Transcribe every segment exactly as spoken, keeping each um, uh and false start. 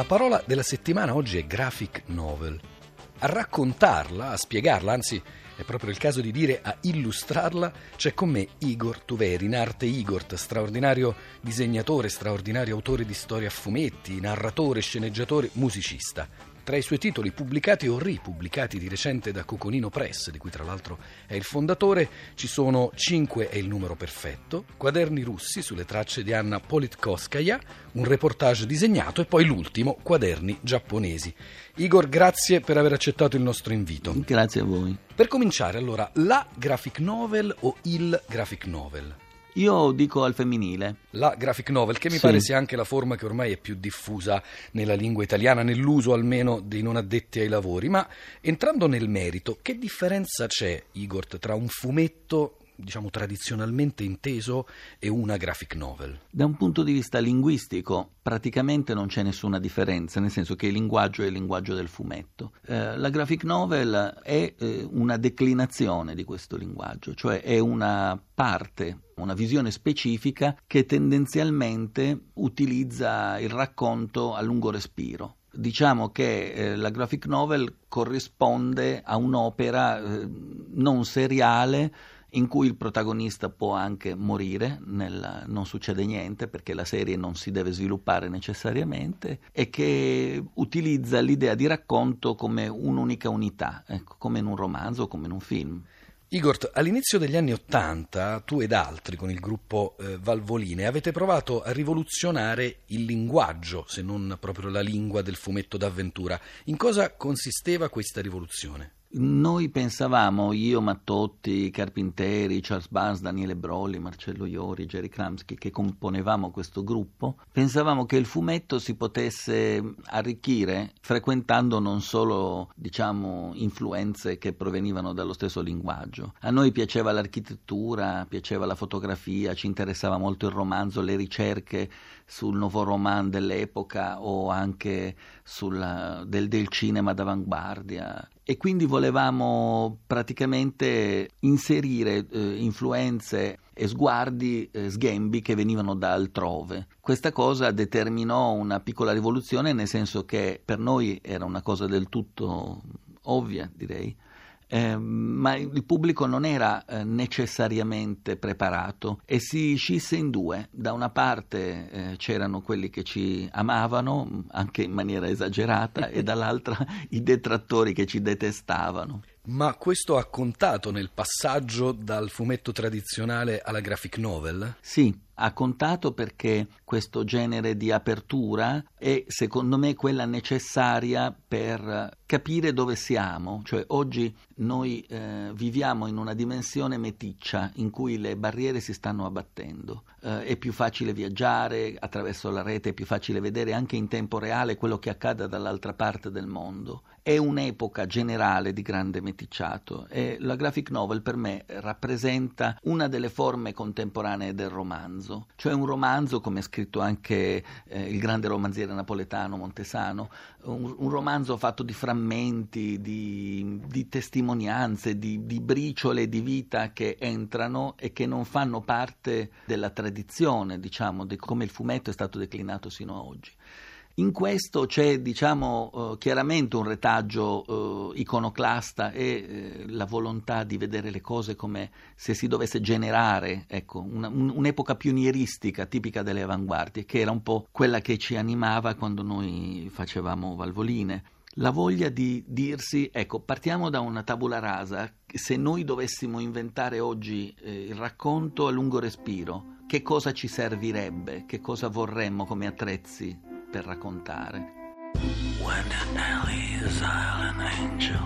La parola della settimana oggi è graphic novel. A raccontarla, a spiegarla, anzi è proprio il caso di dire a illustrarla, c'è con me Igor Tuveri, in arte Igort, straordinario disegnatore, straordinario autore di storie a fumetti, narratore, sceneggiatore, musicista. Tra i suoi titoli pubblicati o ripubblicati di recente da Coconino Press, di cui tra l'altro è il fondatore, ci sono Cinque è il numero perfetto, Quaderni russi sulle tracce di Anna Politkovskaya, un reportage disegnato e poi l'ultimo, Quaderni giapponesi. Igor, grazie per aver accettato il nostro invito. Grazie a voi. Per cominciare, allora, la graphic novel o il graphic novel? Io dico al femminile. La graphic novel, che mi Sì. pare sia anche la forma che ormai è più diffusa nella lingua italiana, nell'uso almeno dei non addetti ai lavori. Ma entrando nel merito, che differenza c'è, Igor, tra un fumetto, diciamo tradizionalmente inteso, e una graphic novel? Da un punto di vista linguistico praticamente non c'è nessuna differenza, nel senso che il linguaggio è il linguaggio del fumetto. Eh, la graphic novel è eh, una declinazione di questo linguaggio, cioè è una parte, una visione specifica che tendenzialmente utilizza il racconto a lungo respiro. Diciamo che eh, la graphic novel corrisponde a un'opera eh, non seriale in cui il protagonista può anche morire, nel, non succede niente perché la serie non si deve sviluppare necessariamente, e che utilizza l'idea di racconto come un'unica unità, ecco, come in un romanzo o come in un film. Igor, all'inizio degli anni Ottanta tu ed altri con il gruppo eh, Valvoline avete provato a rivoluzionare il linguaggio, se non proprio la lingua del fumetto d'avventura. In cosa consisteva questa rivoluzione? Noi pensavamo, io, Mattotti, Carpinteri, Charles Barnes, Daniele Brolli, Marcello Iori, Jerry Kramsky, che componevamo questo gruppo, pensavamo che il fumetto si potesse arricchire frequentando non solo, diciamo, influenze che provenivano dallo stesso linguaggio. A noi piaceva l'architettura, piaceva la fotografia, ci interessava molto il romanzo, le ricerche sul nuovo roman dell'epoca o anche sul, del, del cinema d'avanguardia. E quindi volevamo praticamente inserire eh, influenze e sguardi, eh, sghembi che venivano da altrove. Questa cosa determinò una piccola rivoluzione, nel senso che per noi era una cosa del tutto ovvia, direi. Eh, ma il pubblico non era eh, necessariamente preparato e si scisse in due. Da una parte eh, c'erano quelli che ci amavano, anche in maniera esagerata, e dall'altra i detrattori che ci detestavano. Ma questo ha contato nel passaggio dal fumetto tradizionale alla graphic novel? Sì, ha contato perché questo genere di apertura è, secondo me, quella necessaria per capire dove siamo. Cioè oggi noi eh, viviamo in una dimensione meticcia in cui le barriere si stanno abbattendo. Eh, è più facile viaggiare attraverso la rete, è più facile vedere anche in tempo reale quello che accade dall'altra parte del mondo. È un'epoca generale di grande meticciato e la graphic novel per me rappresenta una delle forme contemporanee del romanzo, cioè un romanzo, come ha scritto anche eh, il grande romanziere napoletano Montesano, un, un romanzo fatto di frammenti, di, di testimonianze, di, di briciole di vita che entrano e che non fanno parte della tradizione, diciamo, di come il fumetto è stato declinato sino ad oggi. In questo c'è, diciamo, eh, chiaramente un retaggio eh, iconoclasta e eh, la volontà di vedere le cose come se si dovesse generare, ecco, una, un, un'epoca pionieristica tipica delle avanguardie, che era un po' quella che ci animava quando noi facevamo Valvoline. La voglia di dirsi, ecco, partiamo da una tabula rasa, se noi dovessimo inventare oggi eh, il racconto a lungo respiro, che cosa ci servirebbe, che cosa vorremmo come attrezzi per raccontare. When did Nelly is an angel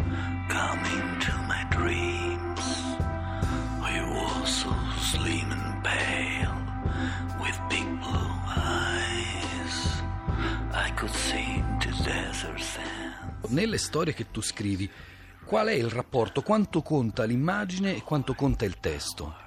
come into my dreams? I was so slim and pale with big blue eyes. I could see the desert sand. Nelle storie che tu scrivi, qual è il rapporto? Quanto conta l'immagine e quanto conta il testo?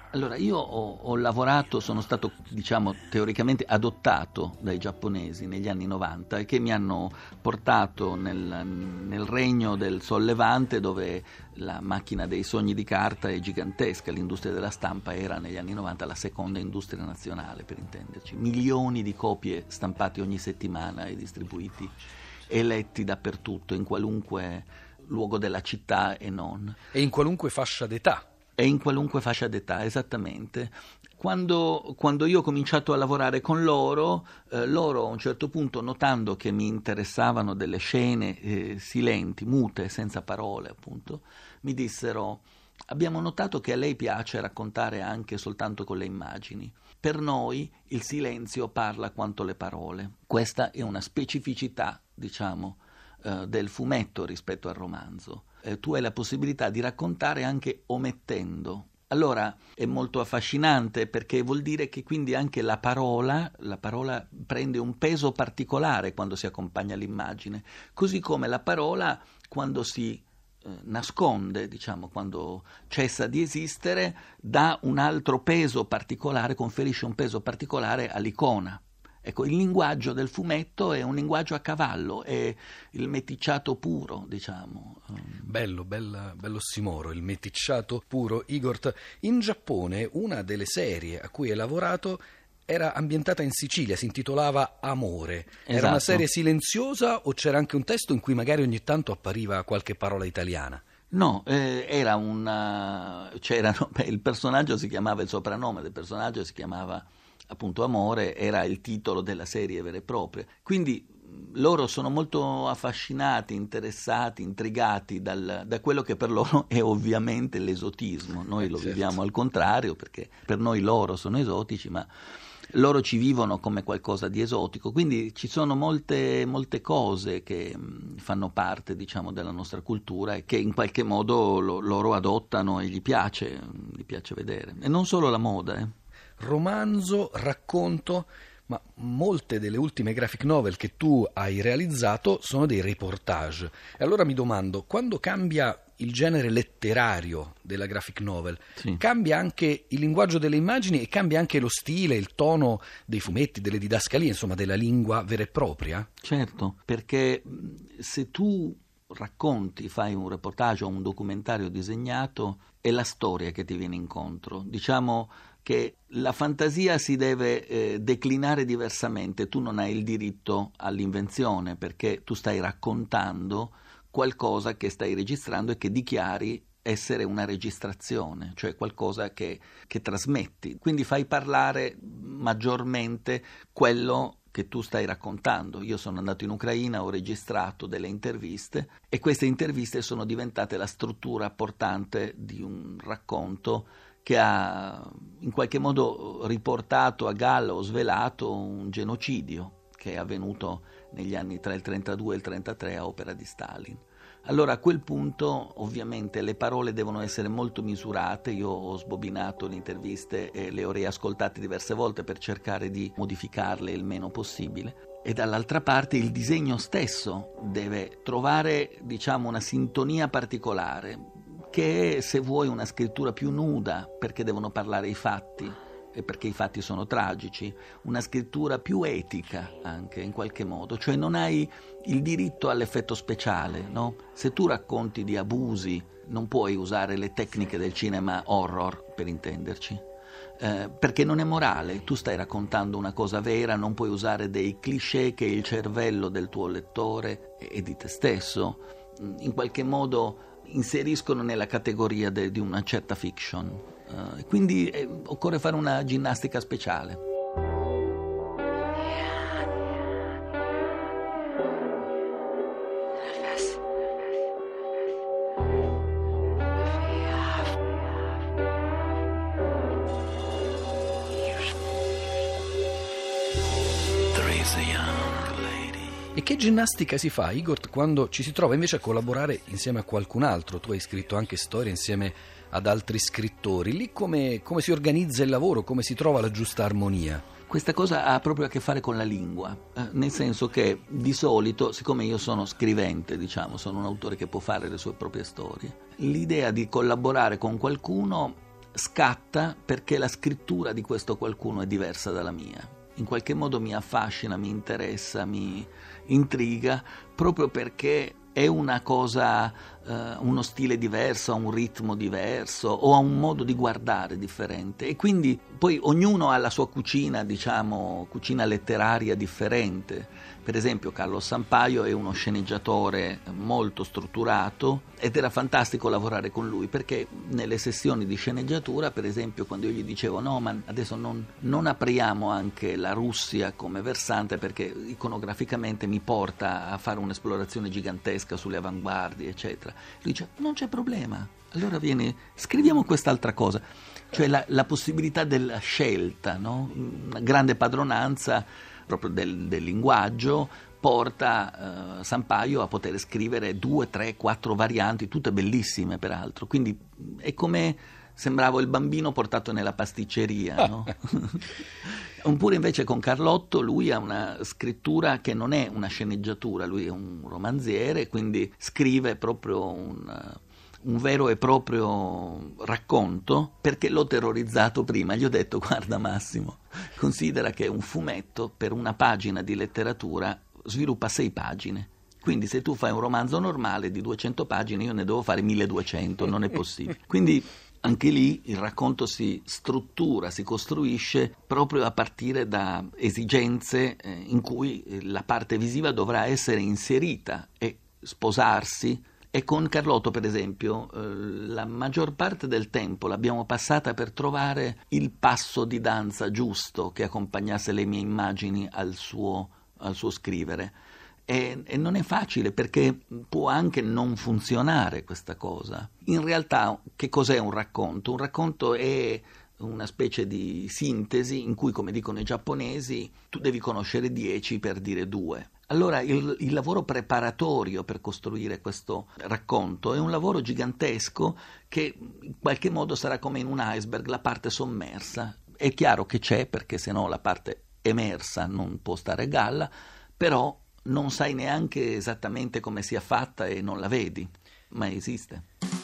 Allora, io ho, ho lavorato, sono stato, diciamo, teoricamente adottato dai giapponesi negli anni novanta e che mi hanno portato nel, nel regno del sollevante, dove la macchina dei sogni di carta è gigantesca. L'industria della stampa era negli anni novanta la seconda industria nazionale, per intenderci. Milioni di copie stampate ogni settimana e distribuiti e letti dappertutto, in qualunque luogo della città e non. E in qualunque fascia d'età. E in qualunque fascia d'età, esattamente. Quando, quando io ho cominciato a lavorare con loro, eh, loro a un certo punto, notando che mi interessavano delle scene eh, silenti, mute, senza parole, appunto, mi dissero: abbiamo notato che a lei piace raccontare anche soltanto con le immagini. Per noi il silenzio parla quanto le parole. Questa è una specificità, diciamo, eh, del fumetto rispetto al romanzo. Eh, tu hai la possibilità di raccontare anche omettendo. Allora è molto affascinante, perché vuol dire che quindi anche la parola, la parola prende un peso particolare quando si accompagna all'immagine, così come la parola quando si eh, nasconde, diciamo, quando cessa di esistere, dà un altro peso particolare, conferisce un peso particolare all'icona. Ecco, il linguaggio del fumetto è un linguaggio a cavallo, è il meticciato puro, diciamo. Bello, bella, bello ossimoro, il meticciato puro. Igor, in Giappone una delle serie a cui hai lavorato era ambientata in Sicilia, si intitolava Amore. Era Esatto. Una serie silenziosa o c'era anche un testo in cui magari ogni tanto appariva qualche parola italiana? No, eh, era una... c'erano, beh, il personaggio si chiamava, il soprannome del personaggio si chiamava appunto Amore, era il titolo della serie vera e propria. Quindi loro sono molto affascinati, interessati, intrigati dal, da quello che per loro è ovviamente l'esotismo. Noi lo certo. viviamo al contrario, perché per noi loro sono esotici, ma loro ci vivono come qualcosa di esotico. Quindi ci sono molte, molte cose che mh, fanno parte, diciamo, della nostra cultura e che in qualche modo lo, loro adottano e gli piace, gli piace vedere. E non solo la moda, eh. Romanzo, racconto, ma molte delle ultime graphic novel che tu hai realizzato sono dei reportage. E allora mi domando, quando cambia il genere letterario della graphic novel, sì. cambia anche il linguaggio delle immagini e cambia anche lo stile, il tono dei fumetti, delle didascalie, insomma della lingua vera e propria? Certo, perché se tu racconti, fai un reportage o un documentario disegnato, è la storia che ti viene incontro. Diciamo che la fantasia si deve eh, declinare diversamente. Tu non hai il diritto all'invenzione, perché tu stai raccontando qualcosa che stai registrando e che dichiari essere una registrazione, cioè qualcosa che, che trasmetti. Quindi fai parlare maggiormente quello che tu stai raccontando. Io sono andato in Ucraina, ho registrato delle interviste e queste interviste sono diventate la struttura portante di un racconto che ha in qualche modo riportato a galla o svelato un genocidio che è avvenuto negli anni tra il trentadue e il trentatré a opera di Stalin. Allora a quel punto ovviamente le parole devono essere molto misurate. Io ho sbobinato le interviste e le ho riascoltate diverse volte per cercare di modificarle il meno possibile. E dall'altra parte il disegno stesso deve trovare, diciamo, una sintonia particolare, che è, se vuoi, una scrittura più nuda, perché devono parlare i fatti e perché i fatti sono tragici, una scrittura più etica anche in qualche modo, cioè non hai il diritto all'effetto speciale, no? Se tu racconti di abusi non puoi usare le tecniche del cinema horror, per intenderci, eh, perché non è morale. Tu stai raccontando una cosa vera, non puoi usare dei cliché che il cervello del tuo lettore e di te stesso in qualche modo inseriscono nella categoria de, di una certa fiction. Uh, quindi eh, occorre fare una ginnastica speciale. E che ginnastica si fa, Igor, quando ci si trova invece a collaborare insieme a qualcun altro? Tu hai scritto anche storie insieme ad altri scrittori. Lì come, come si organizza il lavoro, come si trova la giusta armonia? Questa cosa ha proprio a che fare con la lingua, eh, nel senso che di solito, siccome io sono scrivente, diciamo, sono un autore che può fare le sue proprie storie, l'idea di collaborare con qualcuno scatta perché la scrittura di questo qualcuno è diversa dalla mia. In qualche modo mi affascina, mi interessa, mi intriga, proprio perché è una cosa, eh, uno stile diverso, ha un ritmo diverso o ha un modo di guardare differente, e quindi poi ognuno ha la sua cucina, diciamo, cucina letteraria differente. Per esempio Carlo Sampaio è uno sceneggiatore molto strutturato ed era fantastico lavorare con lui, perché nelle sessioni di sceneggiatura, per esempio, quando io gli dicevo no, ma adesso non, non apriamo anche la Russia come versante, perché iconograficamente mi porta a fare un'esplorazione gigantesca sulle avanguardie, eccetera. Lui dice non c'è problema, allora viene, scriviamo quest'altra cosa, cioè la, la possibilità della scelta, no? Una grande padronanza proprio del, del linguaggio porta eh, Sampaio a poter scrivere due, tre, quattro varianti, tutte bellissime peraltro, quindi è come sembravo il bambino portato nella pasticceria, no? Oppure invece con Carlotto lui ha una scrittura che non è una sceneggiatura, lui è un romanziere, quindi scrive proprio un, un vero e proprio racconto, perché l'ho terrorizzato prima, gli ho detto guarda Massimo, considera che un fumetto per una pagina di letteratura sviluppa sei pagine. Quindi se tu fai un romanzo normale di duecento pagine, io ne devo fare milleduecento, non è possibile. Quindi anche lì il racconto si struttura, si costruisce proprio a partire da esigenze eh, in cui la parte visiva dovrà essere inserita e sposarsi. E con Carlotto, per esempio, eh, la maggior parte del tempo l'abbiamo passata per trovare il passo di danza giusto che accompagnasse le mie immagini al suo, al suo scrivere. E, e non è facile, perché può anche non funzionare questa cosa. In realtà, che cos'è un racconto? Un racconto è una specie di sintesi in cui, come dicono i giapponesi, tu devi conoscere dieci per dire due. Allora il, il lavoro preparatorio per costruire questo racconto è un lavoro gigantesco che in qualche modo sarà come in un iceberg, la parte sommersa. È chiaro che c'è, perché sennò la parte emersa non può stare a galla, però non sai neanche esattamente come sia fatta e non la vedi, ma esiste.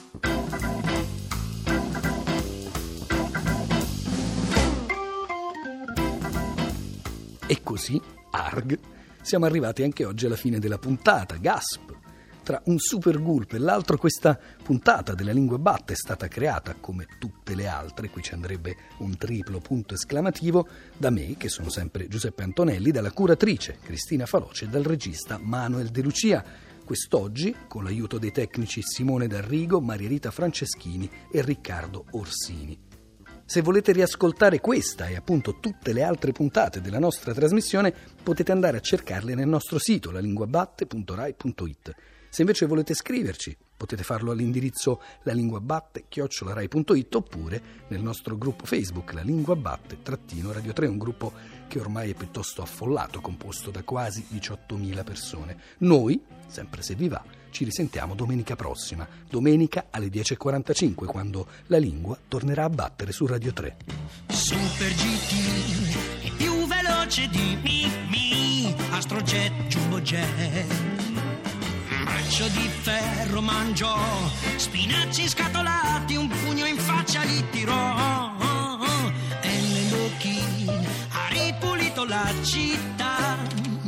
E così, arg, siamo arrivati anche oggi alla fine della puntata, gasp. Tra un super gulp e l'altro, questa puntata della Lingua Batte è stata creata, come tutte le altre, qui ci andrebbe un triplo punto esclamativo, da me, che sono sempre Giuseppe Antonelli, dalla curatrice Cristina Faloce e dal regista Manuel De Lucia. Quest'oggi, con l'aiuto dei tecnici Simone D'Arrigo, Maria Rita Franceschini e Riccardo Orsini. Se volete riascoltare questa e appunto tutte le altre puntate della nostra trasmissione, potete andare a cercarle nel nostro sito, lalinguabatte punto rai punto it. Se invece volete scriverci, potete farlo all'indirizzo lalinguabatte chiocciola rai punto it oppure nel nostro gruppo Facebook, La Lingua Batte trattino Radio tre, un gruppo che ormai è piuttosto affollato, composto da quasi diciottomila persone. Noi, sempre se vi va, ci risentiamo domenica prossima, domenica alle dieci e quarantacinque, quando La Lingua tornerà a battere su Radio tre. Super G T è più veloce di Mi Mi, Astrojet, Jumbo Jet. Braccio di ferro mangiò, spinaci scatolati, un pugno in faccia gli tirò. E nell'occhino ha ripulito la città.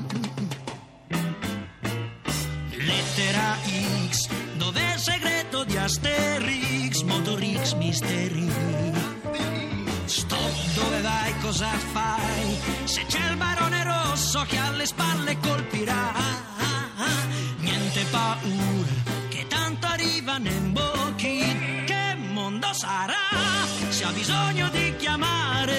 Lettera X, dov'è il segreto di Asterix? Motor X, Misteri. Stop, dove vai, cosa fai? Se c'è il barone rosso che alle spalle colpirà. Niente paura, che tanto arriva Nembocchi. Che mondo sarà se ha bisogno di chiamare